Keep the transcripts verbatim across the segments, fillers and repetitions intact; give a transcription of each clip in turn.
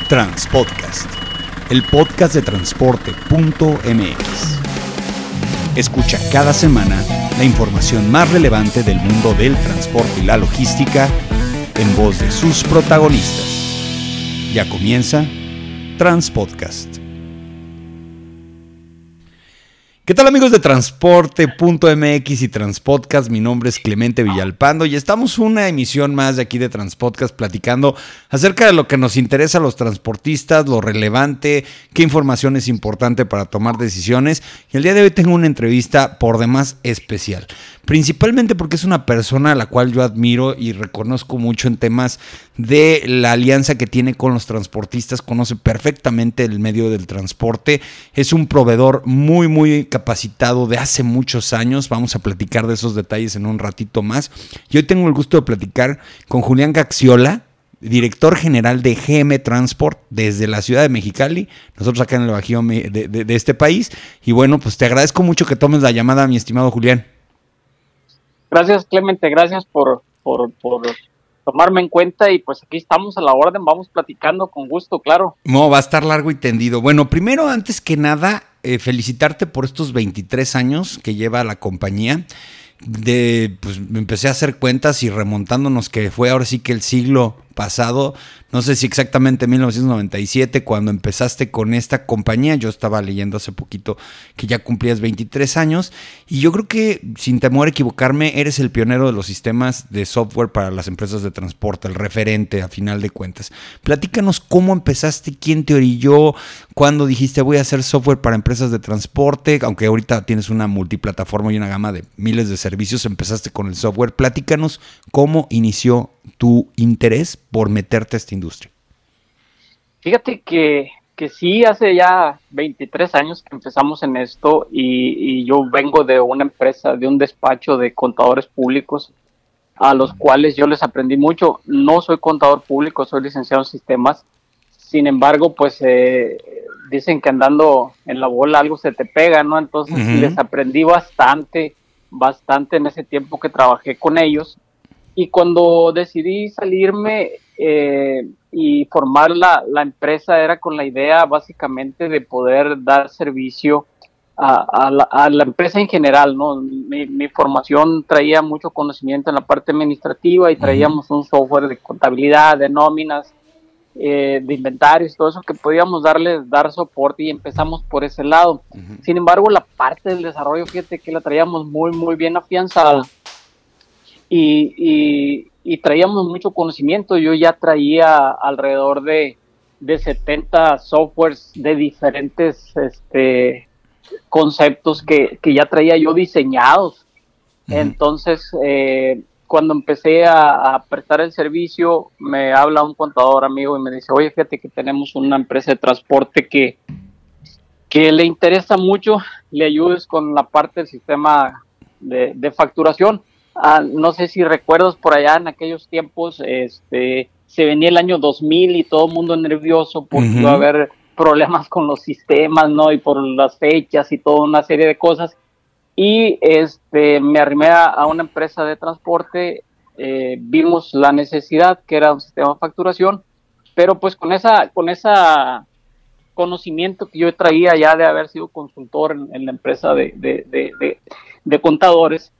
Transpodcast, el podcast de transporte punto m x. Escucha cada semana la información más relevante del mundo del transporte y la logística en voz de sus protagonistas. Ya comienza Transpodcast. ¿Qué tal, amigos de transporte punto m x y Transpodcast? Mi nombre es Clemente Villalpando y estamos una emisión más de aquí de Transpodcast platicando acerca de lo que nos interesa a los transportistas, lo relevante, qué información es importante para tomar decisiones. Y el día de hoy tengo una entrevista por demás especial, principalmente porque es una persona a la cual yo admiro y reconozco mucho en temas de la alianza que tiene con los transportistas, conoce perfectamente el medio del transporte, es un proveedor muy muy capacitado de hace muchos años. Vamos a platicar de esos detalles en un ratito más. Y hoy tengo el gusto de platicar con Julián Gaxiola, director general de G M Transport desde la ciudad de Mexicali, nosotros acá en el Bajío de, de, de este país. Y bueno, pues te agradezco mucho que tomes la llamada, mi estimado Julián. Gracias, Clemente, gracias por, por, por tomarme en cuenta y pues aquí estamos a la orden, vamos platicando con gusto, claro. No, va a estar largo y tendido. Bueno, primero, antes que nada, eh, felicitarte por estos veintitrés años que lleva la compañía. De, pues me empecé a hacer cuentas y remontándonos que fue ahora sí que el siglo pasado, no sé si exactamente mil novecientos noventa y siete, cuando empezaste con esta compañía. Yo estaba leyendo hace poquito que ya cumplías veintitrés años y yo creo que, sin temor a equivocarme, eres el pionero de los sistemas de software para las empresas de transporte, el referente a final de cuentas. Platícanos cómo empezaste, quién te orilló, cuándo dijiste voy a hacer software para empresas de transporte, aunque ahorita tienes una multiplataforma y una gama de miles de servicios, empezaste con el software. Platícanos cómo inició tu interés por meterte a esta industria. Fíjate que, que sí, hace ya veintitrés años que empezamos en esto y, y yo vengo de una empresa, de un despacho de contadores públicos a los cuales yo les aprendí mucho. No soy contador público, soy licenciado en sistemas. Sin embargo, pues eh, dicen que andando en la bola algo se te pega, ¿no? Entonces uh-huh. les aprendí bastante, bastante en ese tiempo que trabajé con ellos. Y cuando decidí salirme eh, y formar la, la empresa, era con la idea básicamente de poder dar servicio a, a, la, a la empresa en general, ¿no? Mi, mi formación traía mucho conocimiento en la parte administrativa y traíamos uh-huh. un software de contabilidad, de nóminas, eh, de inventarios, todo eso que podíamos darles, dar soporte, y empezamos por ese lado. Uh-huh. Sin embargo, la parte del desarrollo, fíjate que la traíamos muy, muy bien afianzada. Y, y, y traíamos mucho conocimiento. Yo ya traía alrededor de, de setenta softwares de diferentes este, conceptos que, que ya traía yo diseñados. Uh-huh. Entonces, eh, cuando empecé a, a prestar el servicio, me habla un contador amigo y me dice, oye, fíjate que tenemos una empresa de transporte que, que le interesa mucho, le ayudes con la parte del sistema de, de facturación. Ah, no sé si recuerdas, por allá en aquellos tiempos este, se venía el año dos mil y todo el mundo nervioso porque uh-huh. iba a haber problemas con los sistemas, ¿no? Y por las fechas y toda una serie de cosas. Y este, me arrimé a, a una empresa de transporte, eh, vimos la necesidad que era un sistema de facturación, pero pues con esa, con esa conocimiento que yo traía ya de haber sido consultor en, en la empresa de, de, de, de, de contadores,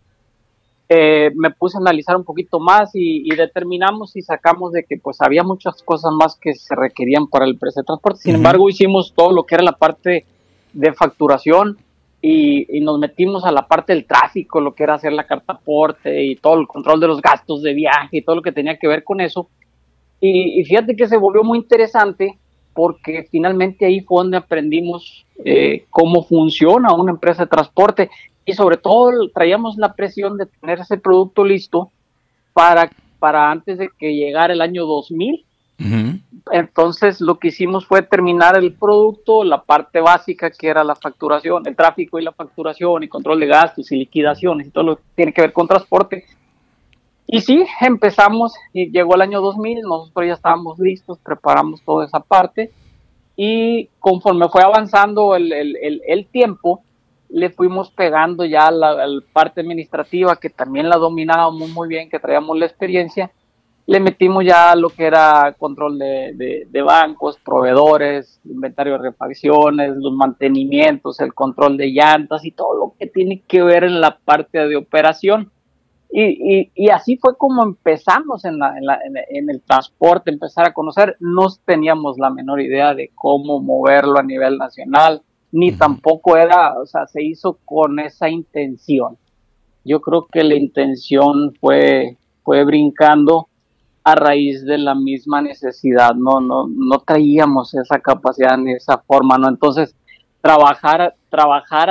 Eh, me puse a analizar un poquito más y, y determinamos y sacamos de que pues había muchas cosas más que se requerían para el empresa de transporte. Sin uh-huh. embargo, hicimos todo lo que era la parte de facturación y, y nos metimos a la parte del tráfico, lo que era hacer la carta aporte y todo el control de los gastos de viaje y todo lo que tenía que ver con eso. Y, y fíjate que se volvió muy interesante porque finalmente ahí fue donde aprendimos eh, cómo funciona una empresa de transporte. Y sobre todo traíamos la presión de tener ese producto listo para, para antes de que llegara el año dos mil. Uh-huh. Entonces lo que hicimos fue terminar el producto, la parte básica que era la facturación, el tráfico y la facturación y control de gastos y liquidaciones y todo lo que tiene que ver con transporte. Y sí, empezamos y llegó el año dos mil, nosotros ya estábamos listos, preparamos toda esa parte y conforme fue avanzando el, el, el, el tiempo, le fuimos pegando ya la, la parte administrativa, que también la dominábamos muy bien, que traíamos la experiencia, le metimos ya lo que era control de, de, de bancos, proveedores, inventario de refacciones, los mantenimientos, el control de llantas y todo lo que tiene que ver en la parte de operación. Y, y, y así fue como empezamos en, la, en, la, en el transporte, empezar a conocer. No teníamos la menor idea de cómo moverlo a nivel nacional, ni uh-huh. tampoco era, o sea, se hizo con esa intención. Yo creo que la intención fue, fue brincando a raíz de la misma necesidad, no, no, no traíamos esa capacidad ni esa forma, ¿no? Entonces, trabajar, trabajar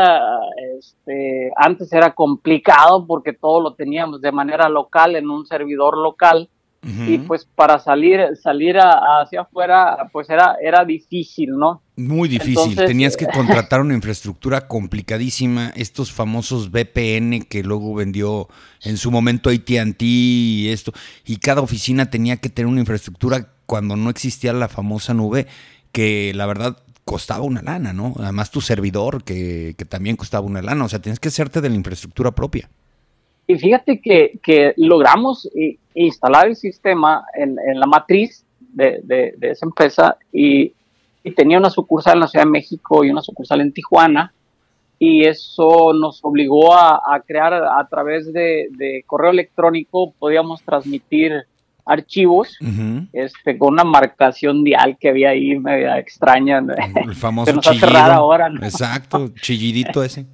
este, antes era complicado porque todo lo teníamos de manera local, en un servidor local, uh-huh. y pues para salir, salir a, hacia afuera, pues era, era difícil, ¿no? Muy difícil, Entonces, tenías que contratar una infraestructura complicadísima, estos famosos V P N que luego vendió en su momento A T and T y esto, y cada oficina tenía que tener una infraestructura cuando no existía la famosa nube, que la verdad costaba una lana, ¿no? Además tu servidor, que, que también costaba una lana, o sea, tienes que hacerte de la infraestructura propia. Y fíjate que, que logramos instalar el sistema en, en la matriz de, de, de esa empresa y y tenía una sucursal en la Ciudad de México y una sucursal en Tijuana, y eso nos obligó a, a crear a través de, de correo electrónico, podíamos transmitir archivos, uh-huh. este, con una marcación dial que había ahí media extraña, el famoso que nos chillido, hace rara ahora, ¿no? Exacto, chillidito ese.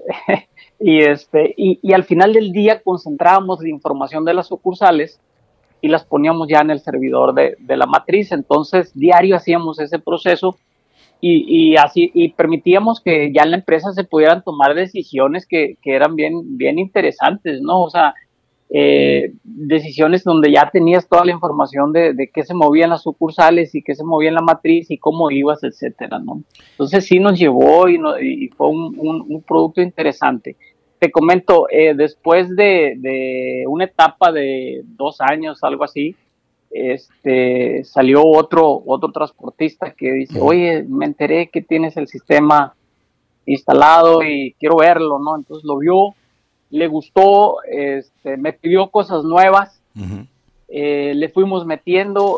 y, este, y, y al final del día concentrábamos la información de las sucursales y las poníamos ya en el servidor de, de la matriz. Entonces diario hacíamos ese proceso y, y así y permitíamos que ya en la empresa se pudieran tomar decisiones que, que eran bien, bien interesantes, ¿no? O sea, eh, decisiones donde ya tenías toda la información de, de qué se movía en las sucursales y qué se movía en la matriz y cómo ibas, etcétera, ¿no? Entonces sí nos llevó y, no, y fue un, un, un producto interesante. Te comento, eh, después de, de una etapa de dos años, algo así, este, salió otro, otro transportista que dice, oye, me enteré que tienes el sistema instalado y quiero verlo, ¿no? Entonces lo vio, le gustó, este, me pidió cosas nuevas, uh-huh. eh, le fuimos metiendo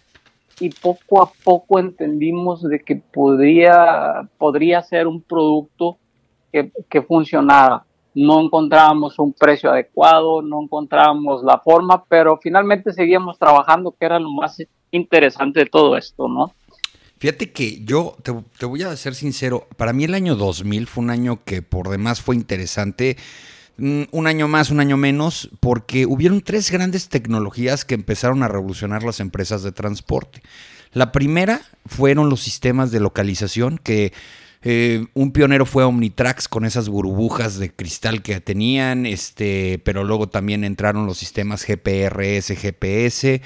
y poco a poco entendimos de que podría, podría ser un producto que, que funcionara. No encontrábamos un precio adecuado, no encontrábamos la forma, pero finalmente seguíamos trabajando, que era lo más interesante de todo esto, ¿no? Fíjate que yo, te, te voy a ser sincero, para mí el año dos mil fue un año que por demás fue interesante, un año más, un año menos, porque hubieron tres grandes tecnologías que empezaron a revolucionar las empresas de transporte. La primera fueron los sistemas de localización, que Eh, un pionero fue Omnitrax con esas burbujas de cristal que tenían, este, pero luego también entraron los sistemas G P R S, G P S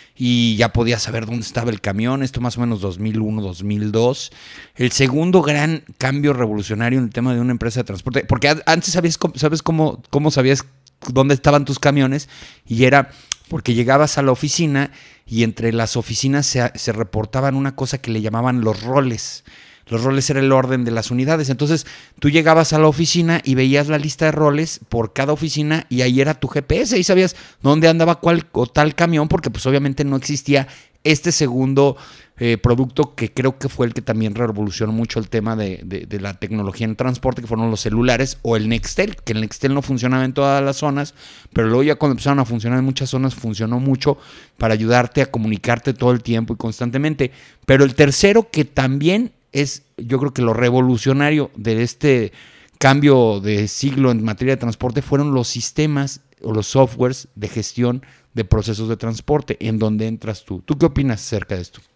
y ya podías saber dónde estaba el camión, esto más o menos dos mil uno, dos mil dos. El segundo gran cambio revolucionario en el tema de una empresa de transporte, porque antes sabías, sabes cómo, cómo sabías dónde estaban tus camiones y era porque llegabas a la oficina y entre las oficinas se, se reportaban una cosa que le llamaban los roles. Los roles era el orden de las unidades. Entonces, tú llegabas a la oficina y veías la lista de roles por cada oficina y ahí era tu G P S. Ahí sabías dónde andaba cuál o tal camión, porque pues obviamente no existía este segundo eh, producto que creo que fue el que también revolucionó mucho el tema de, de, de la tecnología en transporte, que fueron los celulares o el Nextel, que el Nextel no funcionaba en todas las zonas, pero luego ya cuando empezaron a funcionar en muchas zonas funcionó mucho para ayudarte a comunicarte todo el tiempo y constantemente. Pero el tercero, que también es, yo creo que lo revolucionario de este cambio de siglo en materia de transporte, fueron los sistemas o los softwares de gestión de procesos de transporte, en donde entras tú. ¿Tú qué opinas acerca de esto?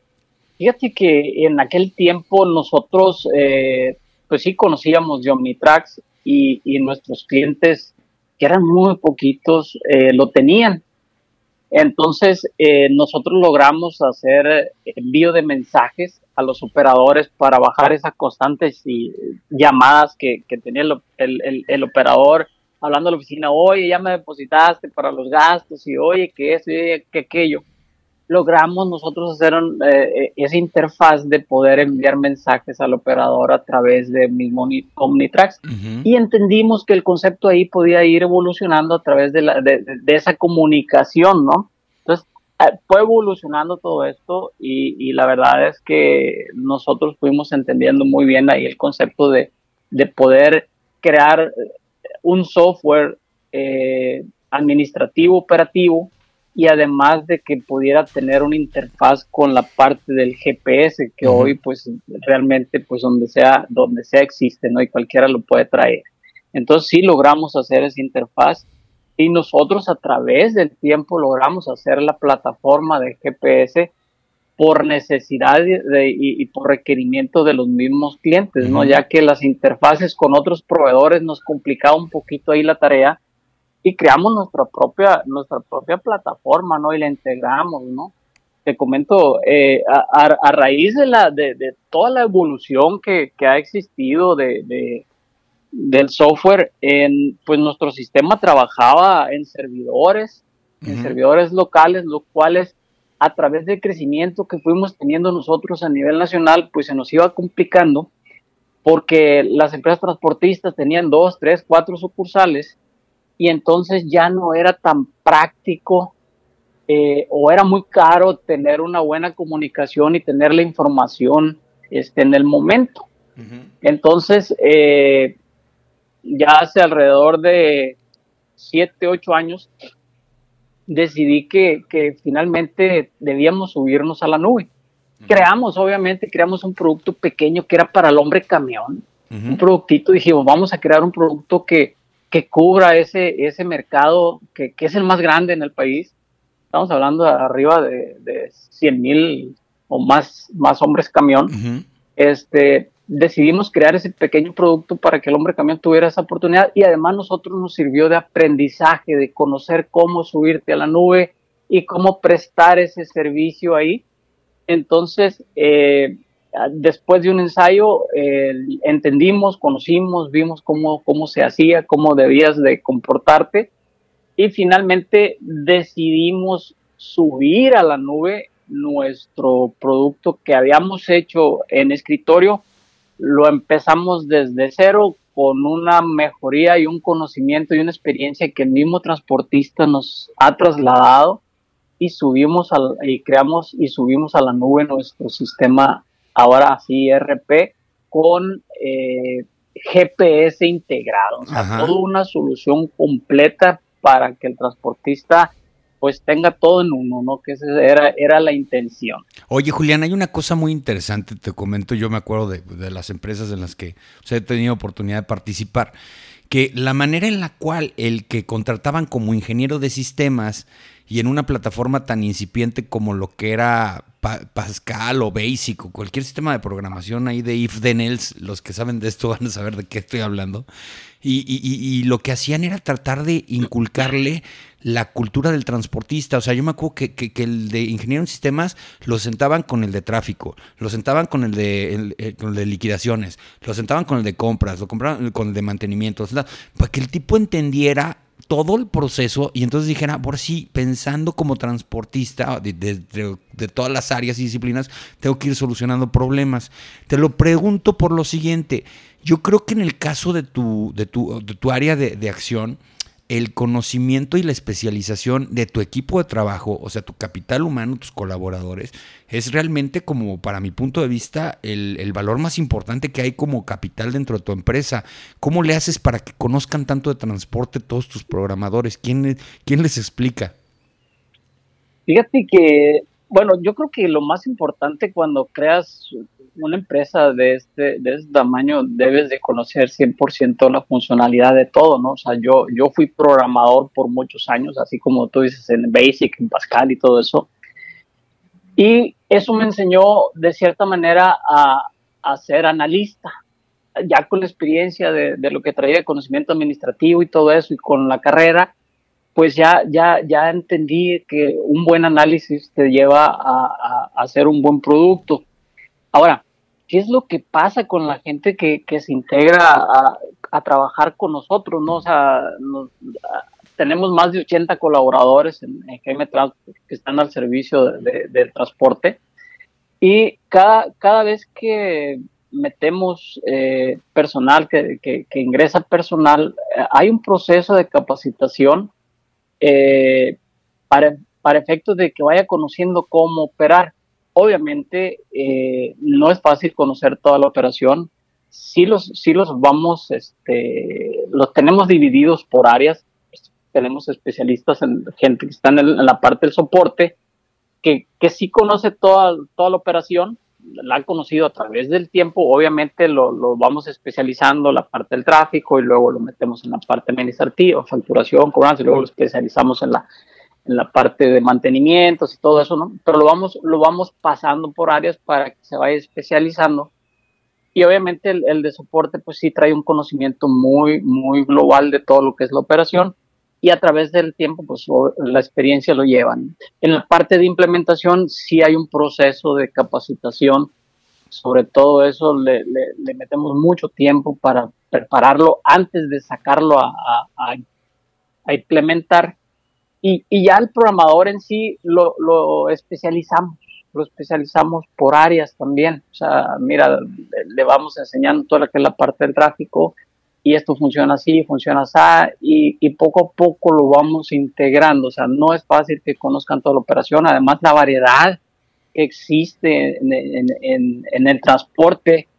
Fíjate que en aquel tiempo nosotros, eh, pues sí conocíamos de Omnitrax y, y nuestros clientes, que eran muy poquitos, eh, lo tenían. Entonces, eh, nosotros logramos hacer envío de mensajes a los operadores para bajar esas constantes y llamadas que, que tenía el, el, el, el operador hablando a la oficina. Oye, ya me depositaste para los gastos y oye, que eso y que aquello. Logramos nosotros hacer un, eh, esa interfaz de poder enviar mensajes al operador a través de mismo Omnitrax, uh-huh. y entendimos que el concepto ahí podía ir evolucionando a través de, la, de, de esa comunicación, ¿no? Entonces, eh, fue evolucionando todo esto y, y la verdad es que nosotros fuimos entendiendo muy bien ahí el concepto de, de poder crear un software eh, administrativo, operativo, y además de que pudiera tener una interfaz con la parte del G P S, que uh-huh. hoy pues realmente pues donde sea, donde sea existe, ¿no? Y cualquiera lo puede traer. Entonces sí logramos hacer esa interfaz y nosotros a través del tiempo logramos hacer la plataforma de G P S por necesidad de, de, y, y por requerimiento de los mismos clientes, uh-huh. ¿no? Ya que las interfaces con otros proveedores nos complicaba un poquito ahí la tarea y creamos nuestra propia, nuestra propia plataforma, ¿no? Y la integramos, ¿no? Te comento, eh, a, a, a raíz de, la, de, de toda la evolución que, que ha existido de, de, del software, en, pues nuestro sistema trabajaba en servidores, uh-huh. en servidores locales, los cuales a través del crecimiento que fuimos teniendo nosotros a nivel nacional, pues se nos iba complicando porque las empresas transportistas tenían dos, tres, cuatro sucursales y entonces ya no era tan práctico eh, o era muy caro tener una buena comunicación y tener la información este, en el momento. Uh-huh. Entonces, eh, ya hace alrededor de siete, ocho años, decidí que, que finalmente debíamos subirnos a la nube. Uh-huh. Creamos, obviamente, creamos un producto pequeño que era para el hombre camión, uh-huh. un productito, dijimos, vamos a crear un producto que, que cubra ese, ese mercado, que, que es el más grande en el país. Estamos hablando de arriba de, de cien mil o más, más hombres camión. Uh-huh. Este, decidimos crear ese pequeño producto para que el hombre camión tuviera esa oportunidad y además nosotros nos sirvió de aprendizaje, de conocer cómo subirte a la nube y cómo prestar ese servicio ahí. Entonces, eh, después de un ensayo, eh, entendimos, conocimos, vimos cómo, cómo se hacía, cómo debías de comportarte y finalmente decidimos subir a la nube nuestro producto que habíamos hecho en escritorio. Lo empezamos desde cero con una mejoría y un conocimiento y una experiencia que el mismo transportista nos ha trasladado y subimos al, y creamos y subimos a la nube nuestro sistema ahora sí E R P con eh, G P S integrado, o sea, Ajá. toda una solución completa para que el transportista pues tenga todo en uno, ¿no? Que esa era, era la intención. Oye, Julián, hay una cosa muy interesante, te comento, yo me acuerdo de, de las empresas en las que o sea, he tenido oportunidad de participar, que la manera en la cual el que contrataban como ingeniero de sistemas y en una plataforma tan incipiente como lo que era pa- Pascal o Basic o cualquier sistema de programación ahí de if then else, los que saben de esto van a saber de qué estoy hablando, y, y, y, y lo que hacían era tratar de inculcarle la cultura del transportista. O sea, yo me acuerdo que, que, que el de ingeniero en sistemas lo sentaban con el de tráfico, lo sentaban con el de, el, el, con el de liquidaciones, lo sentaban con el de compras, lo compraban con el de mantenimiento, o sea, para que el tipo entendiera todo el proceso y entonces dijera, por sí, pensando como transportista de, de, de, de todas las áreas y disciplinas, tengo que ir solucionando problemas. Te lo pregunto por lo siguiente, yo creo que en el caso de tu, de tu, de tu área de, de acción, el conocimiento y la especialización de tu equipo de trabajo, o sea, tu capital humano, tus colaboradores, es realmente, como para mi punto de vista, el, el valor más importante que hay como capital dentro de tu empresa. ¿Cómo le haces para que conozcan tanto de transporte todos tus programadores? ¿Quién, quién les explica? Fíjate que, bueno, yo creo que lo más importante cuando creas una empresa de este, de este tamaño, debes de conocer cien por ciento la funcionalidad de todo, ¿no? O sea, yo, yo fui programador por muchos años, así como tú dices, en Basic, en Pascal y todo eso. Y eso me enseñó, de cierta manera, a, a ser analista. Ya con la experiencia de, de lo que traía de conocimiento administrativo y todo eso, y con la carrera, pues ya, ya, ya entendí que un buen análisis te lleva a, a, a hacer un buen producto. Ahora, ¿qué es lo que pasa con la gente que, que se integra a, a trabajar con nosotros, ¿no? O sea, nos, a, tenemos más de ochenta colaboradores en, en G M Transport que están al servicio de, de, del transporte y cada, cada vez que metemos eh, personal, que, que, que ingresa personal, eh, hay un proceso de capacitación eh, para, para efectos de que vaya conociendo cómo operar. Obviamente eh, no es fácil conocer toda la operación. Sí los, sí los vamos, este, los tenemos divididos por áreas. Tenemos especialistas, en gente que está en, el, en la parte del soporte, que, que sí conoce toda, toda la operación, la han conocido a través del tiempo. Obviamente lo, lo vamos especializando, la parte del tráfico, y luego lo metemos en la parte administrativa, facturación, cobranza, y luego lo especializamos en la en la parte de mantenimientos y todo eso, ¿no? Pero lo vamos, lo vamos pasando por áreas para que se vaya especializando. Y obviamente el, el de soporte, pues sí trae un conocimiento muy, muy global de todo lo que es la operación, y a través del tiempo, pues la experiencia lo llevan. En la parte de implementación sí hay un proceso de capacitación. Sobre todo eso le, le, le metemos mucho tiempo para prepararlo antes de sacarlo a, a, a implementar. Y, y ya el programador en sí lo, lo especializamos, lo especializamos por áreas también. O sea, mira, le, le vamos enseñando toda la que es la parte del tráfico, y esto funciona así, funciona así, y, y poco a poco lo vamos integrando. O sea, no es fácil que conozcan toda la operación. Además, la variedad que existe en, en, en, en el transporte,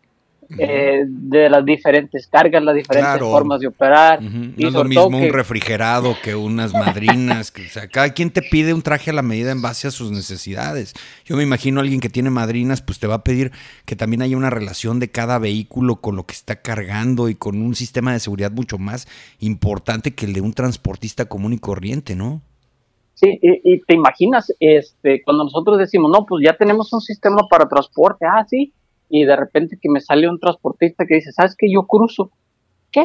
Eh, de las diferentes cargas, las diferentes claro. formas de operar. Uh-huh. Y no es lo mismo que... un refrigerado que unas madrinas. Que, o sea, cada quien te pide un traje a la medida en base a sus necesidades. Yo me imagino a alguien que tiene madrinas, pues te va a pedir que también haya una relación de cada vehículo con lo que está cargando y con un sistema de seguridad mucho más importante que el de un transportista común y corriente, ¿no? Sí, y, y te imaginas, este, cuando nosotros decimos, no, pues ya tenemos un sistema para transporte, ah, sí, y de repente que me sale un transportista que dice, ¿sabes qué? Yo cruzo. ¿Qué?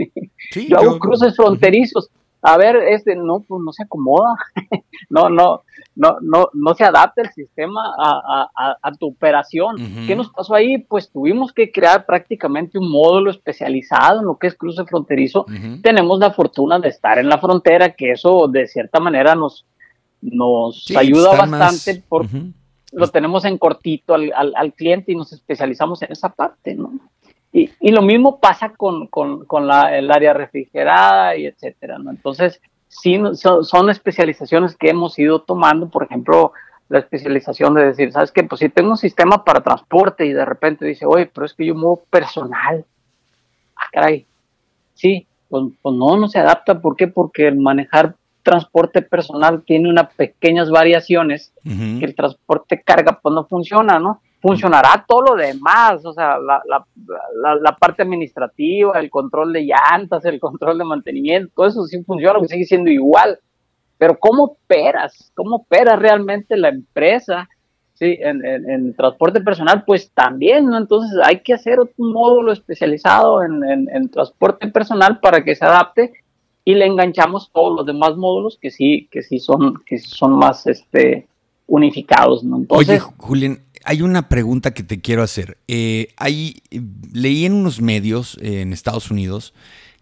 Sí, yo hago yo... cruces fronterizos. A ver, este, no, pues no se acomoda. no, no, no, no, no se adapta el sistema a, a, a tu operación. Uh-huh. ¿Qué nos pasó ahí? Pues tuvimos que crear prácticamente un módulo especializado en lo que es cruce fronterizo. Uh-huh. Tenemos la fortuna de estar en la frontera, que eso de cierta manera nos, nos sí, ayuda bastante más... por... Uh-huh. Lo tenemos en cortito al, al, al cliente, y nos especializamos en esa parte, ¿no? Y, y lo mismo pasa con, con, con la, el área refrigerada y etcétera, ¿no? Entonces, sí, son, son especializaciones que hemos ido tomando. Por ejemplo, la especialización de decir, ¿sabes qué? Pues si tengo un sistema para transporte y de repente dice, oye, pero es que yo muevo personal. Ah, caray. Sí, pues, pues no, no se adapta. ¿Por qué? Porque el manejar transporte personal tiene unas pequeñas variaciones, uh-huh. que el transporte carga pues no funciona, ¿no? Funcionará todo lo demás, o sea, la, la, la, la parte administrativa, el control de llantas, el control de mantenimiento, todo eso sí funciona, que sigue siendo igual. Pero ¿cómo operas? ¿Cómo opera realmente la empresa? Sí, en, en, en transporte personal, pues también, ¿no? Entonces hay que hacer un módulo especializado en, en, en transporte personal para que se adapte, y le enganchamos todos los demás módulos que sí, que sí son, que son más este, unificados, ¿no? Entonces, oye, Julián, hay una pregunta que te quiero hacer. Eh, hay, leí en unos medios eh, en Estados Unidos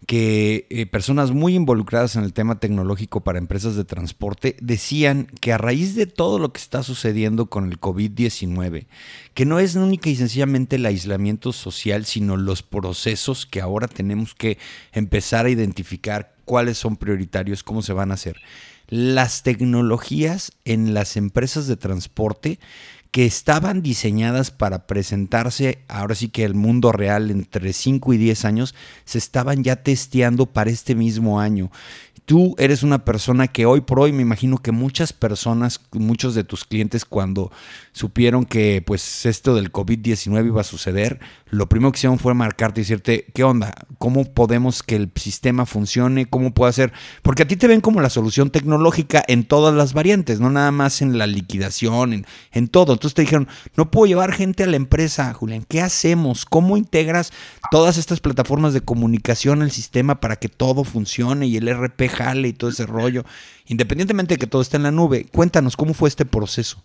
que eh, personas muy involucradas en el tema tecnológico para empresas de transporte decían que a raíz de todo lo que está sucediendo con el covid diecinueve, que no es única y sencillamente el aislamiento social, sino los procesos que ahora tenemos que empezar a identificar cuáles son prioritarios, cómo se van a hacer. Las tecnologías en las empresas de transporte que estaban diseñadas para presentarse ahora sí que el mundo real entre cinco y diez años, se estaban ya testeando para este mismo año. Tú eres una persona que hoy por hoy, me imagino que muchas personas, muchos de tus clientes, cuando supieron que pues esto del covid diecinueve iba a suceder, lo primero que hicieron fue marcarte y decirte, ¿qué onda? ¿Cómo podemos que el sistema funcione? ¿Cómo puedo hacer? Porque a ti te ven como la solución tecnológica en todas las variantes, no nada más en la liquidación, en, en todo. Entonces te dijeron, no puedo llevar gente a la empresa, Julián, ¿qué hacemos? ¿Cómo integras todas estas plataformas de comunicación al sistema para que todo funcione y el R P jale y todo ese rollo? Independientemente de que todo esté en la nube, cuéntanos, ¿cómo fue este proceso?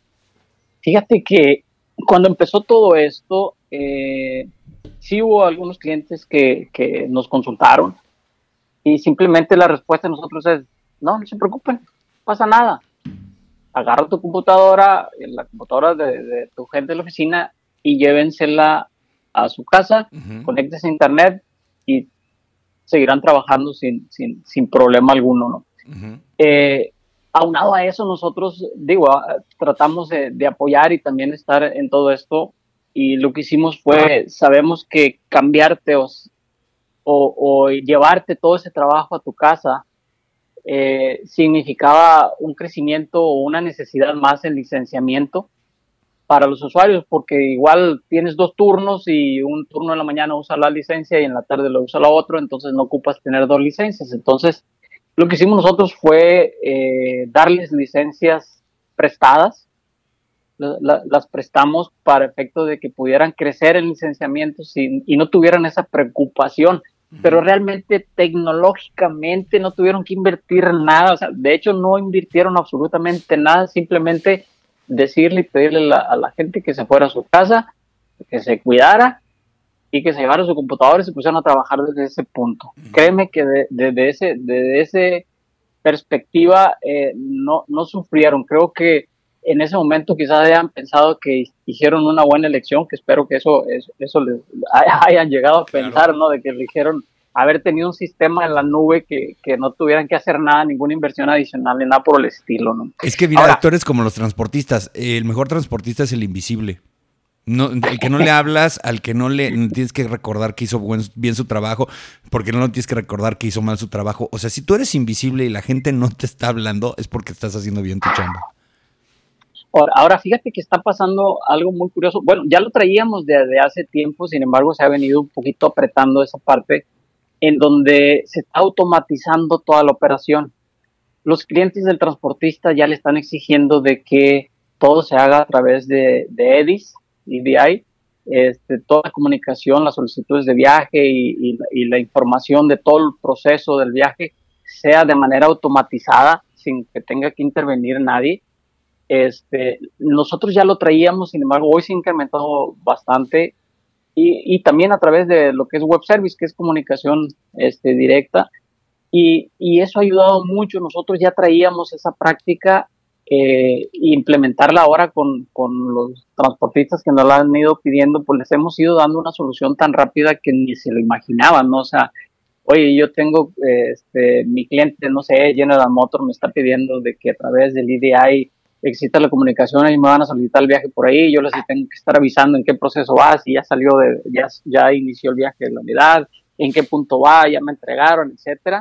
Fíjate que cuando empezó todo esto, eh, sí hubo algunos clientes que, que nos consultaron, y simplemente la respuesta de nosotros es, no, no se preocupen, no pasa nada. Agarra tu computadora, la computadora de, de tu gente de la oficina, y llévensela a su casa, uh-huh. Conéctese a internet y seguirán trabajando sin, sin, sin problema alguno, ¿no? Uh-huh. Eh, aunado a eso, nosotros, digo, tratamos de, de apoyar y también estar en todo esto, y lo que hicimos fue, sabemos que cambiarte o, o, o llevarte todo ese trabajo a tu casa eh, significaba un crecimiento o una necesidad más en licenciamiento para los usuarios, porque igual tienes dos turnos y un turno en la mañana usa la licencia y en la tarde lo usa la otra, entonces no ocupas tener dos licencias. Entonces, lo que hicimos nosotros fue eh, darles licencias prestadas, la, la, las prestamos para efecto de que pudieran crecer en licenciamiento sin, y no tuvieran esa preocupación, uh-huh. Pero realmente tecnológicamente no tuvieron que invertir nada, o sea, de hecho no invirtieron absolutamente nada, simplemente decirle y pedirle la, a la gente que se fuera a su casa, que se cuidara y que se llevara su computadora y se pusieran a trabajar desde ese punto. Uh-huh. Créeme que desde de, de ese, de ese perspectiva eh, no, no sufrieron. Creo que en ese momento quizás hayan pensado que hicieron una buena elección, que espero que eso, eso, eso les hayan llegado a pensar, claro. ¿No? De que eligieron haber tenido un sistema en la nube que, que no tuvieran que hacer nada, ninguna inversión adicional, ni nada por el estilo, ¿no? Es que mira, Ahora, tú eres como los transportistas. El mejor transportista es el invisible. No, el que no le hablas, al que no le tienes que recordar que hizo buen, bien su trabajo, porque no tienes que recordar que hizo mal su trabajo. O sea, si tú eres invisible y la gente no te está hablando, es porque estás haciendo bien tu chamba. Ahora, ahora fíjate que está pasando algo muy curioso. Bueno, ya lo traíamos desde hace tiempo, sin embargo se ha venido un poquito apretando esa parte en donde se está automatizando toda la operación. Los clientes del transportista ya le están exigiendo de que todo se haga a través de, de E D I S, E D I, este, toda la comunicación, las solicitudes de viaje y, y, y la información de todo el proceso del viaje sea de manera automatizada, sin que tenga que intervenir nadie. Este, nosotros ya lo traíamos, sin embargo, hoy se ha incrementado bastante y, y también a través de lo que es web service, que es comunicación este, directa, y, y eso ha ayudado mucho. Nosotros ya traíamos esa práctica eh, e implementarla ahora con, con los transportistas que nos la han ido pidiendo, pues les hemos ido dando una solución tan rápida que ni se lo imaginaban, ¿no? O sea, oye, yo tengo, este, mi cliente, no sé, General Motors me está pidiendo de que a través del E D I exista la comunicación, ellos me van a solicitar el viaje por ahí, yo les tengo que estar avisando en qué proceso va, si ya salió, de, ya, ya inició el viaje de la unidad, en qué punto va, ya me entregaron, etcétera.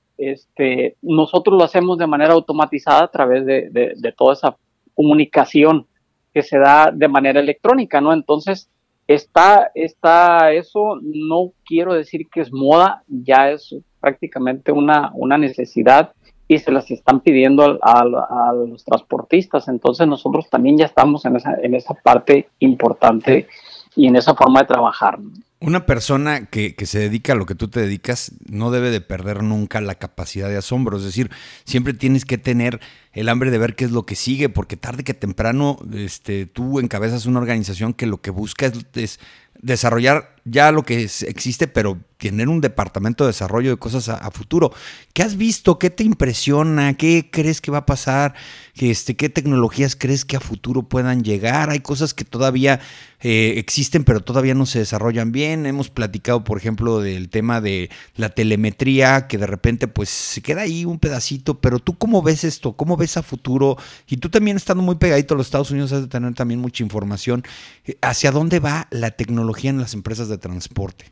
Este, nosotros lo hacemos de manera automatizada a través de, de, de toda esa comunicación que se da de manera electrónica, ¿no? Entonces, está, está eso, no quiero decir que es moda, ya es prácticamente una, una necesidad y se las están pidiendo a, a, a los transportistas. Entonces nosotros también ya estamos en esa, en esa parte importante y en esa forma de trabajar. Una persona que, que se dedica a lo que tú te dedicas no debe de perder nunca la capacidad de asombro. Es decir, siempre tienes que tener el hambre de ver qué es lo que sigue, porque tarde que temprano este, tú encabezas una organización que lo que busca es, es desarrollar ya lo que es, existe, pero tener un departamento de desarrollo de cosas a, a futuro. ¿Qué has visto? ¿Qué te impresiona? ¿Qué crees que va a pasar? Este, ¿qué tecnologías crees que a futuro puedan llegar? Hay cosas que todavía eh, existen, pero todavía no se desarrollan bien. Hemos platicado, por ejemplo, del tema de la telemetría, que de repente pues se queda ahí un pedacito, pero ¿tú cómo ves esto? ¿Cómo ves a futuro? Y tú también, estando muy pegadito a los Estados Unidos, has de tener también mucha información. ¿Hacia dónde va la tecnología en las empresas de transporte?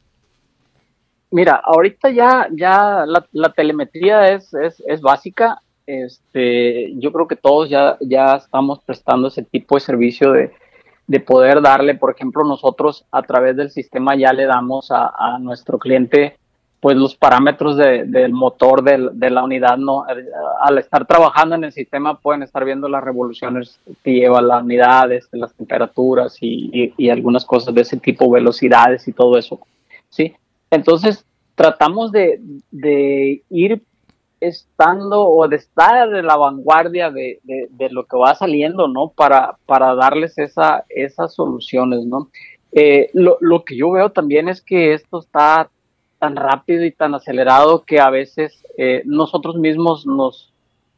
Mira, ahorita ya, ya la, la telemetría es, es, es básica. Este, yo creo que todos ya, ya estamos prestando ese tipo de servicio de, de poder darle, por ejemplo, nosotros a través del sistema ya le damos a, a nuestro cliente pues los parámetros de, del motor de, de la unidad, ¿no? Al estar trabajando en el sistema pueden estar viendo las revoluciones que lleva la unidad, este, las temperaturas y, y, y algunas cosas de ese tipo, velocidades y todo eso, ¿sí? Entonces tratamos de, de ir estando o de estar en la vanguardia de, de, de lo que va saliendo, ¿no? Para, para darles esa, esas soluciones, ¿no? Eh, lo, lo que yo veo también es que esto está tan rápido y tan acelerado que a veces eh, nosotros mismos nos,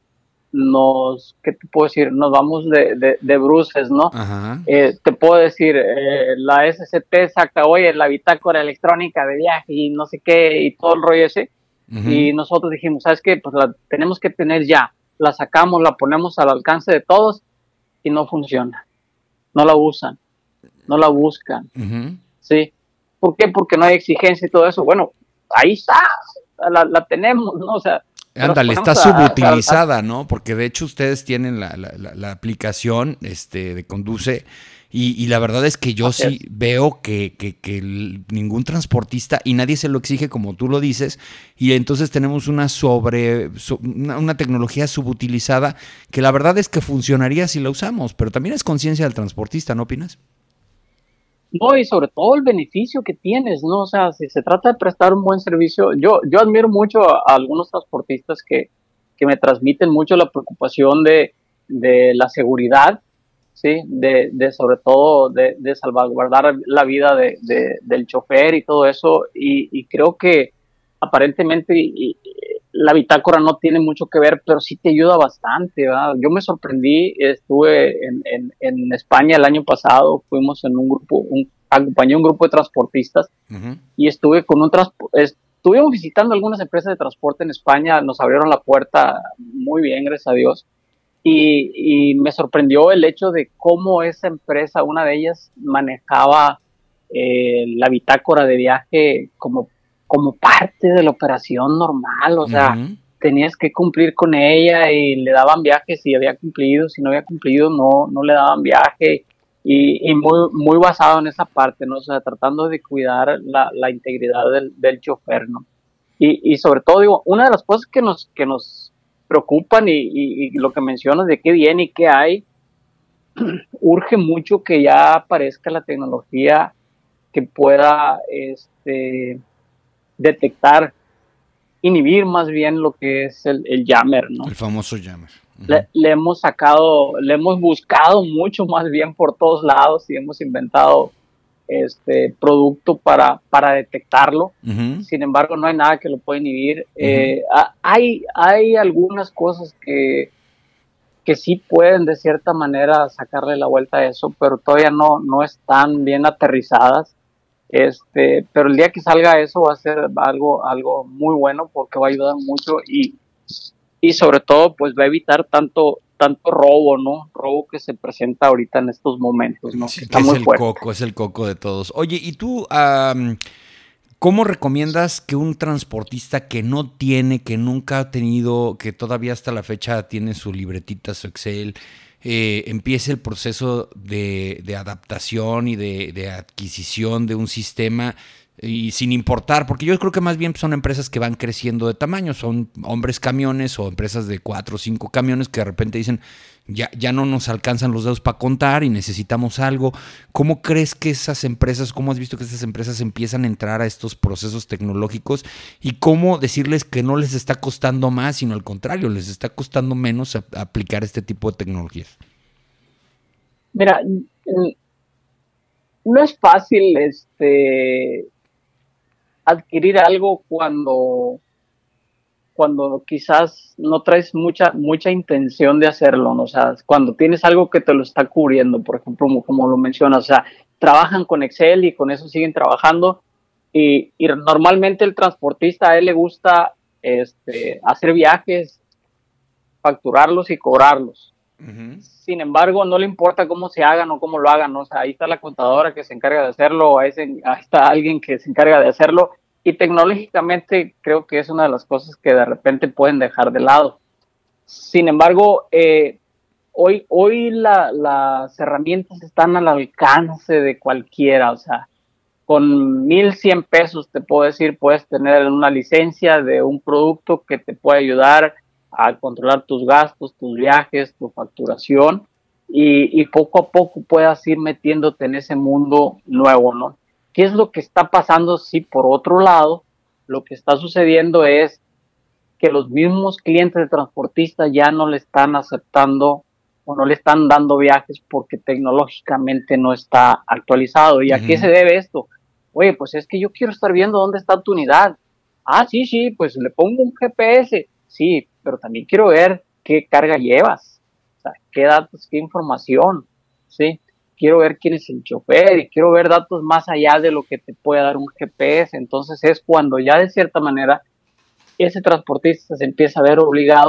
nos, ¿qué te puedo decir? Nos vamos de, de, de bruces, ¿no? Eh, te puedo decir, eh, la S C T saca, oye, la bitácora electrónica de viaje y no sé qué, y todo el rollo ese, uh-huh. Y nosotros dijimos, ¿sabes qué? Pues la tenemos que tener ya. la sacamos, la ponemos al alcance de todos y no funciona, no la usan, no la buscan, uh-huh. ¿Sí? ¿Por qué? Porque no hay exigencia y todo eso. Bueno, ahí está, la, la tenemos, ¿no? O sea, ándale, está a, subutilizada, a, a, ¿no? Porque de hecho ustedes tienen la, la, la, la aplicación este, de Conduce y, y la verdad es que yo sí es. veo que, que, que el, ningún transportista, y nadie se lo exige como tú lo dices, y entonces tenemos una sobre so, una, una tecnología subutilizada que la verdad es que funcionaría si la usamos, pero también es conciencia del transportista, ¿no opinas? No, y sobre todo el beneficio que tienes, ¿no? O sea, si se trata de prestar un buen servicio, yo, yo admiro mucho a, a algunos transportistas que, que me transmiten mucho la preocupación de, de la seguridad, ¿sí? De, de sobre todo de, de salvaguardar la vida de, de, del chofer y todo eso, y, y creo que aparentemente y, y, la bitácora no tiene mucho que ver, pero sí te ayuda bastante, ¿verdad? Yo me sorprendí, estuve en, en, en España el año pasado, fuimos en un grupo, un, acompañé a un grupo de transportistas uh-huh. y estuve con un transporte, estuvimos visitando algunas empresas de transporte en España, nos abrieron la puerta muy bien, gracias a Dios, y, y me sorprendió el hecho de cómo esa empresa, una de ellas, manejaba eh, la bitácora de viaje como como parte de la operación normal, o sea, uh-huh. tenías que cumplir con ella y le daban viaje si había cumplido, si no había cumplido no, no le daban viaje y, y muy, muy basado en esa parte, ¿no? O sea, tratando de cuidar la, la integridad del, del chofer, ¿no? Y, y sobre todo, digo, una de las cosas que nos, que nos preocupan y, y, y lo que mencionas de qué viene y qué hay, urge mucho que ya aparezca la tecnología que pueda, este... detectar, inhibir más bien lo que es el, el jammer, ¿no? El famoso jammer. Uh-huh. Le, le hemos sacado, le hemos buscado mucho más bien por todos lados y hemos inventado este producto para, para detectarlo. Uh-huh. Sin embargo, no hay nada que lo pueda inhibir. Uh-huh. Eh, hay, hay algunas cosas que, que sí pueden de cierta manera sacarle la vuelta a eso, pero todavía no, no están bien aterrizadas. Este, pero el día que salga eso va a ser algo, algo muy bueno porque va a ayudar mucho y, y sobre todo pues va a evitar tanto, tanto robo, ¿no? Robo que se presenta ahorita en estos momentos, ¿no? Sí, que está es muy el fuerte. coco, es el coco de todos. Oye, ¿y tú um, cómo recomiendas que un transportista que no tiene, que nunca ha tenido, que todavía hasta la fecha tiene su libretita, su Excel, Eh, empiece el proceso de, de adaptación y de, de adquisición de un sistema y sin importar, porque yo creo que más bien son empresas que van creciendo de tamaño, son hombres camiones o empresas de cuatro o cinco camiones que de repente dicen ya, ya no nos alcanzan los dedos para contar y necesitamos algo. ¿Cómo crees que esas empresas, cómo has visto que esas empresas empiezan a entrar a estos procesos tecnológicos y cómo decirles que no les está costando más, sino al contrario, les está costando menos a, a aplicar este tipo de tecnologías? Mira, no es fácil este adquirir algo cuando cuando quizás no traes mucha mucha intención de hacerlo, ¿no? O sea, cuando tienes algo que te lo está cubriendo, por ejemplo, como, como lo mencionas, o sea, trabajan con Excel y con eso siguen trabajando y, y normalmente el transportista a él le gusta este, hacer viajes, facturarlos y cobrarlos. Uh-huh. Sin embargo, no le importa cómo se hagan o cómo lo hagan, ¿no? O sea, ahí está la contadora que se encarga de hacerlo, ahí, se, ahí está alguien que se encarga de hacerlo, y tecnológicamente creo que es una de las cosas que de repente pueden dejar de lado. Sin embargo, eh, hoy, hoy la, las herramientas están al alcance de cualquiera, o sea, con mil cien pesos te puedo decir, puedes tener una licencia de un producto que te puede ayudar a controlar tus gastos, tus viajes, tu facturación y, y poco a poco puedas ir metiéndote en ese mundo nuevo, ¿no? ¿Qué es lo que está pasando? Si por otro lado, lo que está sucediendo es que los mismos clientes de transportistas ya no le están aceptando o no le están dando viajes porque tecnológicamente no está actualizado. ¿Y uh-huh. a qué se debe esto? Oye, pues es que yo quiero estar viendo dónde está tu unidad. Ah, sí, sí, pues le pongo un G P S. Sí, pero también quiero ver qué carga llevas, o sea, qué datos, qué información, ¿sí? Quiero ver quién es el chofer y quiero ver datos más allá de lo que te puede dar un G P S. Entonces es cuando ya de cierta manera ese transportista se empieza a ver obligado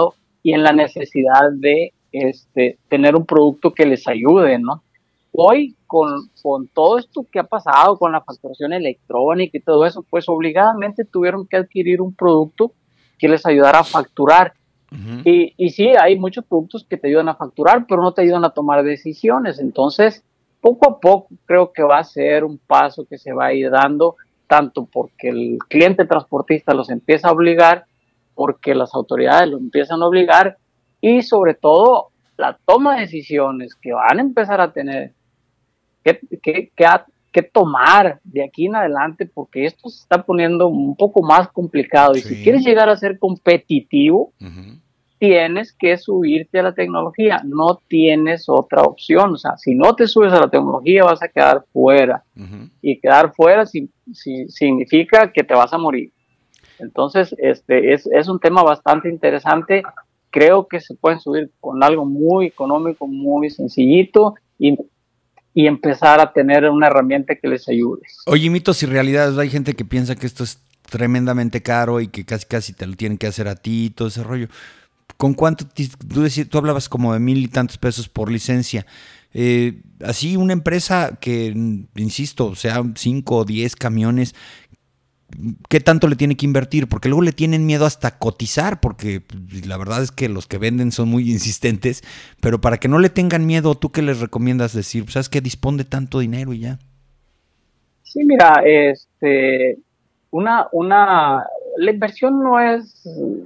y en la necesidad de este, tener un producto que les ayude, ¿no? Hoy, con, con todo esto que ha pasado, con la facturación electrónica y todo eso, pues obligadamente tuvieron que adquirir un producto que les ayudara a facturar. Uh-huh. Y, y sí, hay muchos productos que te ayudan a facturar, pero no te ayudan a tomar decisiones. Entonces, poco a poco creo que va a ser un paso que se va a ir dando, tanto porque el cliente transportista los empieza a obligar, porque las autoridades los empiezan a obligar, y sobre todo la toma de decisiones que van a empezar a tener que, que, que, a, que tomar de aquí en adelante, porque esto se está poniendo un poco más complicado. Sí. Y si quieres llegar a ser competitivo, uh-huh. tienes que subirte a la tecnología, no tienes otra opción. O sea, si no te subes a la tecnología vas a quedar fuera, uh-huh. y quedar fuera si, si, significa que te vas a morir. Entonces, este es, es un tema bastante interesante. Creo que se pueden subir con algo muy económico, muy sencillito, y, y empezar a tener una herramienta que les ayude. Oye, mitos y realidades, hay gente que piensa que esto es tremendamente caro y que casi casi te lo tienen que hacer a ti y todo ese rollo. ¿Con cuánto? Tú, decías, tú hablabas como de mil y tantos pesos por licencia. Eh, así una empresa que, insisto, sea cinco o diez camiones, ¿qué tanto le tiene que invertir? Porque luego le tienen miedo hasta cotizar, porque la verdad es que los que venden son muy insistentes, pero para que no le tengan miedo, ¿tú qué les recomiendas decir? ¿Sabes qué? Dispone de tanto dinero y ya. Sí, mira, este, una, una, la inversión no es,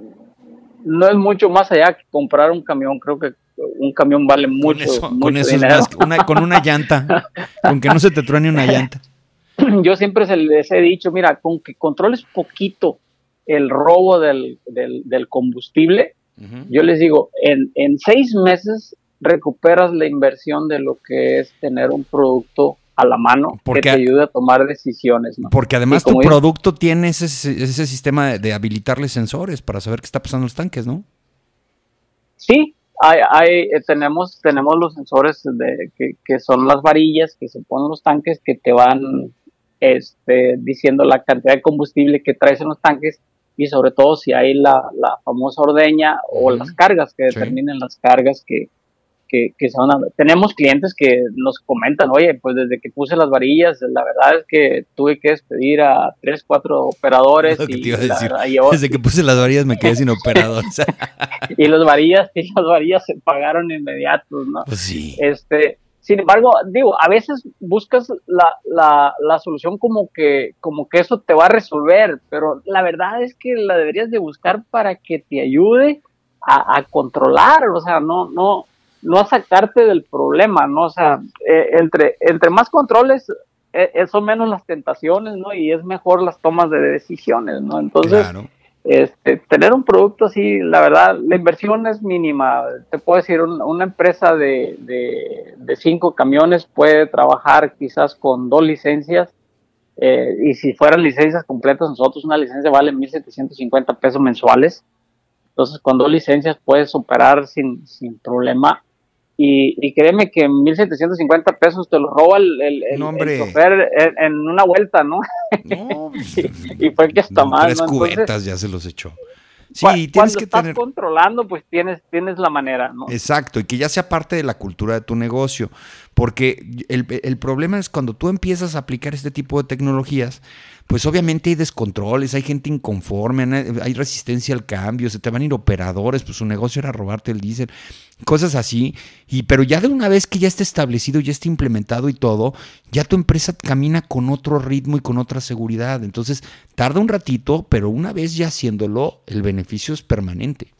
no es mucho más allá que comprar un camión. Creo que un camión vale mucho, con eso, mucho con eso dinero. Es más que una, con una llanta, con que no se te truene una llanta. Yo siempre se les he dicho, mira, con que controles poquito el robo del, del, del combustible, uh-huh. yo les digo, en, en seis meses recuperas la inversión de lo que es tener un producto a la mano porque, que te ayude a tomar decisiones, ¿no? Porque además tu producto digo, tiene ese, ese sistema de, de habilitarle sensores para saber qué está pasando en los tanques, ¿no? Sí. Hay, hay, tenemos, tenemos los sensores de, que, que son las varillas que se ponen en los tanques, que te van este, diciendo la cantidad de combustible que traes en los tanques, y sobre todo si hay la, la famosa ordeña o uh-huh. las cargas que determinen sí. las cargas que, que, que son. Tenemos clientes que nos comentan, oye, pues desde que puse las varillas, la verdad es que tuve que despedir a tres, cuatro operadores. Lo que y te iba a decir. La, yo, desde que puse las varillas me quedé sin operadores. y las varillas, y las varillas se pagaron inmediatos, ¿no? Pues sí. Este, sin embargo, digo, a veces buscas la, la, la solución como que, como que eso te va a resolver, pero la verdad es que la deberías de buscar para que te ayude a, a controlar, o sea, no, no, no a sacarte del problema, ¿no? O sea, eh, entre, entre más controles, eh, son menos las tentaciones, ¿no? Y es mejor las tomas de decisiones, ¿no? Entonces, claro. Este, tener un producto así, la verdad, la inversión es mínima. Te puedo decir, un, una empresa de, de, de cinco camiones puede trabajar quizás con dos licencias, eh, y si fueran licencias completas, nosotros una licencia vale mil setecientos cincuenta pesos mensuales. Entonces, con dos licencias puedes operar sin, sin problema. Y, y créeme que mil setecientos cincuenta pesos te lo roba el, el, el, no, el chofer en, en una vuelta, ¿no? No, y, y fue que hasta más, tres ¿no? cubetas Entonces, ya se los echó. Sí, cu- tienes cuando que estás tener... controlando, pues tienes, tienes la manera, ¿no? Exacto, y que ya sea parte de la cultura de tu negocio, porque el, el problema es cuando tú empiezas a aplicar este tipo de tecnologías, pues obviamente hay descontroles, hay gente inconforme, hay resistencia al cambio, se te van a ir operadores, pues su negocio era robarte el diésel, cosas así, y pero ya de una vez que ya está establecido, ya está implementado y todo, ya tu empresa camina con otro ritmo y con otra seguridad, entonces tarda un ratito, pero una vez ya haciéndolo, el beneficio es permanente.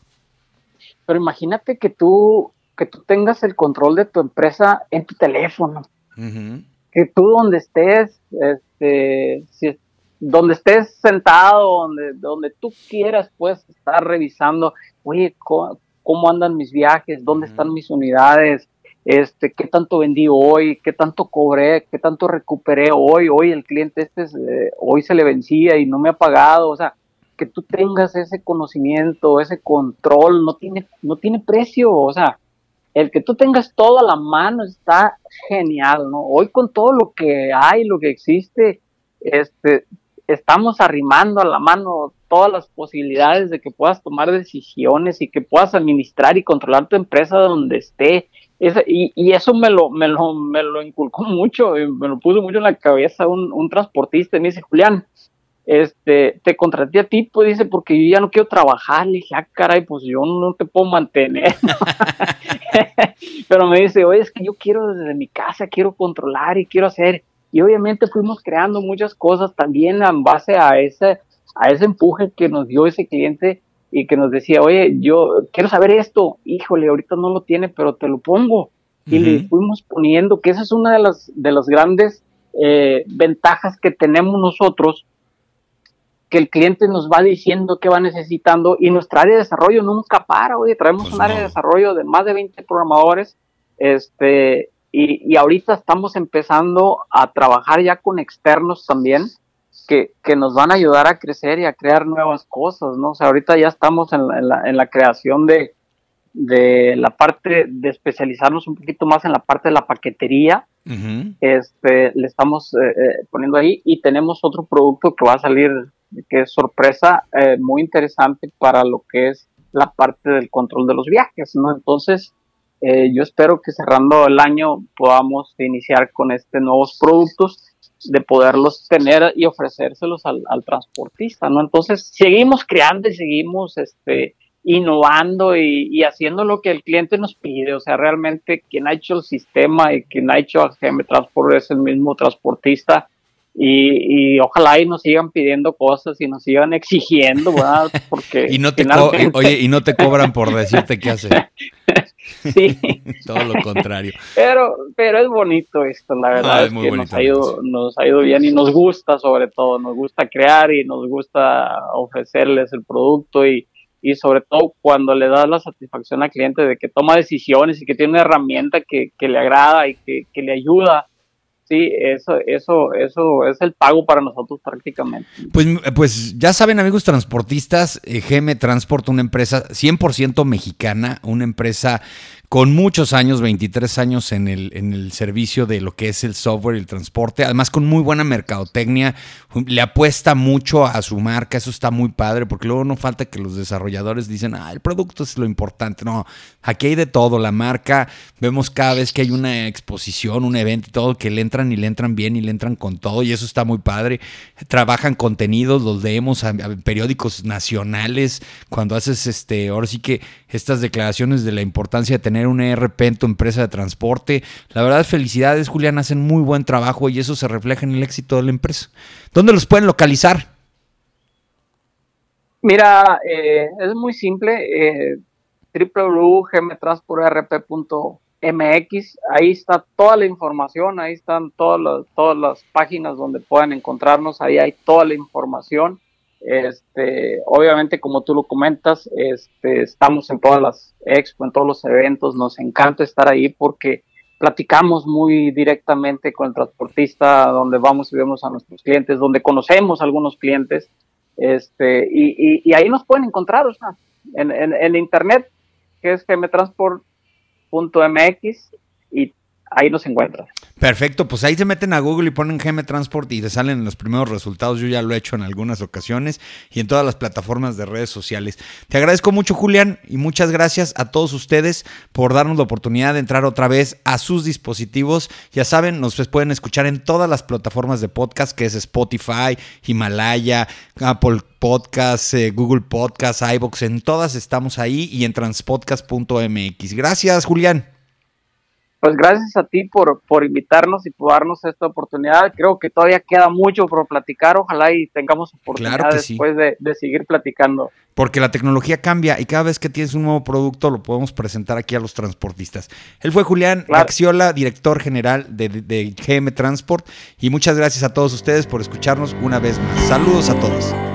Pero imagínate que tú, que tú tengas el control de tu empresa en tu teléfono, uh-huh. que tú donde estés, este, si donde estés sentado, donde, donde tú quieras, puedes estar revisando, oye, ¿cómo, cómo andan mis viajes? ¿Dónde uh-huh. están mis unidades? Este, ¿qué tanto vendí hoy? ¿Qué tanto cobré? ¿Qué tanto recuperé hoy? Hoy el cliente este, eh, hoy se le vencía y no me ha pagado. O sea, que tú tengas ese conocimiento, ese control, no tiene, no tiene precio. O sea, el que tú tengas todo a la mano está genial, ¿no? Hoy con todo lo que hay, lo que existe, este... estamos arrimando a la mano todas las posibilidades de que puedas tomar decisiones y que puedas administrar y controlar tu empresa donde esté. Esa, y, y eso me lo, me, lo, me lo inculcó mucho, me lo puso mucho en la cabeza un, un transportista. Y me dice, Julián, este, te contraté a ti, pues dice, porque yo ya no quiero trabajar. Le dije, ah, caray, pues yo no te puedo mantener. Pero me dice, oye, es que yo quiero desde mi casa, quiero controlar y quiero hacer. Y obviamente fuimos creando muchas cosas también en base a ese, a ese empuje que nos dio ese cliente y que nos decía, oye, yo quiero saber esto, híjole, ahorita no lo tiene, pero te lo pongo. Uh-huh. Y le fuimos poniendo, que esa es una de las, de las grandes eh, ventajas que tenemos nosotros, que el cliente nos va diciendo qué va necesitando y nuestra área de desarrollo nunca para. Oye, traemos pues un área no. de desarrollo de más de veinte programadores, este... Y, y ahorita estamos empezando a trabajar ya con externos también, que, que nos van a ayudar a crecer y a crear nuevas cosas, ¿no? O sea, ahorita ya estamos en la, en la, en la creación de, de la parte de especializarnos un poquito más en la parte de la paquetería. Uh-huh. Este, le estamos eh, eh, poniendo ahí, y tenemos otro producto que va a salir, que es sorpresa, eh, muy interesante para lo que es la parte del control de los viajes, ¿no? Entonces, Eh, yo espero que cerrando el año podamos iniciar con este nuevos productos, de poderlos tener y ofrecérselos al, al transportista, ¿no? Entonces seguimos creando y seguimos este, innovando y, y haciendo lo que el cliente nos pide. O sea, realmente quien ha hecho el sistema y quien ha hecho a G M Transport es el mismo transportista. Y, y ojalá y nos sigan pidiendo cosas y nos sigan exigiendo, ¿verdad? Porque y no te finalmente... co- oye, y no te cobran por decirte qué hacer. Sí. Todo lo contrario. Pero, pero es bonito esto, la verdad. Ah, es, es que nos ha, ido, nos ha ido bien y nos gusta, sobre todo, nos gusta crear y nos gusta ofrecerles el producto, y, y sobre todo cuando le das la satisfacción al cliente de que toma decisiones y que tiene una herramienta que, que le agrada y que, que le ayuda. Sí, eso, eso, eso es el pago para nosotros prácticamente. Pues, pues ya saben, amigos transportistas, eh, G M Transport, una empresa cien por ciento mexicana, una empresa con muchos años, veintitrés años en el, en el servicio de lo que es el software y el transporte, además con muy buena mercadotecnia, le apuesta mucho a su marca. Eso está muy padre, porque luego no falta que los desarrolladores dicen, ah, el producto es lo importante. No, aquí hay de todo. La marca, vemos cada vez que hay una exposición, un evento y todo, que le entran y le entran bien y le entran con todo, y eso está muy padre. Trabajan contenidos, los leemos a, a periódicos nacionales, cuando haces este, ahora sí que estas declaraciones de la importancia de tener un E R P en tu empresa de transporte. La verdad, felicidades, Julián, hacen muy buen trabajo y eso se refleja en el éxito de la empresa. ¿Dónde los pueden localizar? Mira, eh, es muy simple, eh, doble u doble u doble u punto g m transport r p punto m x, ahí está toda la información, ahí están todas las, todas las páginas donde puedan encontrarnos, ahí hay toda la información. Este, obviamente, como tú lo comentas, este, estamos en todas las expo, en todos los eventos, nos encanta estar ahí porque platicamos muy directamente con el transportista, donde vamos y vemos a nuestros clientes, donde conocemos a algunos clientes, este, y, y, y ahí nos pueden encontrar, o sea, en, en, en internet, que es g m transport punto m x, y ahí nos encuentran. Perfecto, pues ahí se meten a Google y ponen G M Transport y te salen los primeros resultados. Yo ya lo he hecho en algunas ocasiones y en todas las plataformas de redes sociales. Te agradezco mucho, Julián, y muchas gracias a todos ustedes por darnos la oportunidad de entrar otra vez a sus dispositivos. Ya saben, nos pueden escuchar en todas las plataformas de podcast, que es Spotify, Himalaya, Apple Podcasts, eh, Google Podcasts, iVoox, en todas estamos ahí, y en transpodcast punto m x. Gracias, Julián. Pues gracias a ti por, por invitarnos y por darnos esta oportunidad. Creo que todavía queda mucho por platicar. Ojalá y tengamos oportunidad claro después sí. de, de seguir platicando. Porque la tecnología cambia y cada vez que tienes un nuevo producto lo podemos presentar aquí a los transportistas. Él fue Julián claro. Gaxiola, director general de, de, de G M Transport. Y muchas gracias a todos ustedes por escucharnos una vez más. Saludos a todos.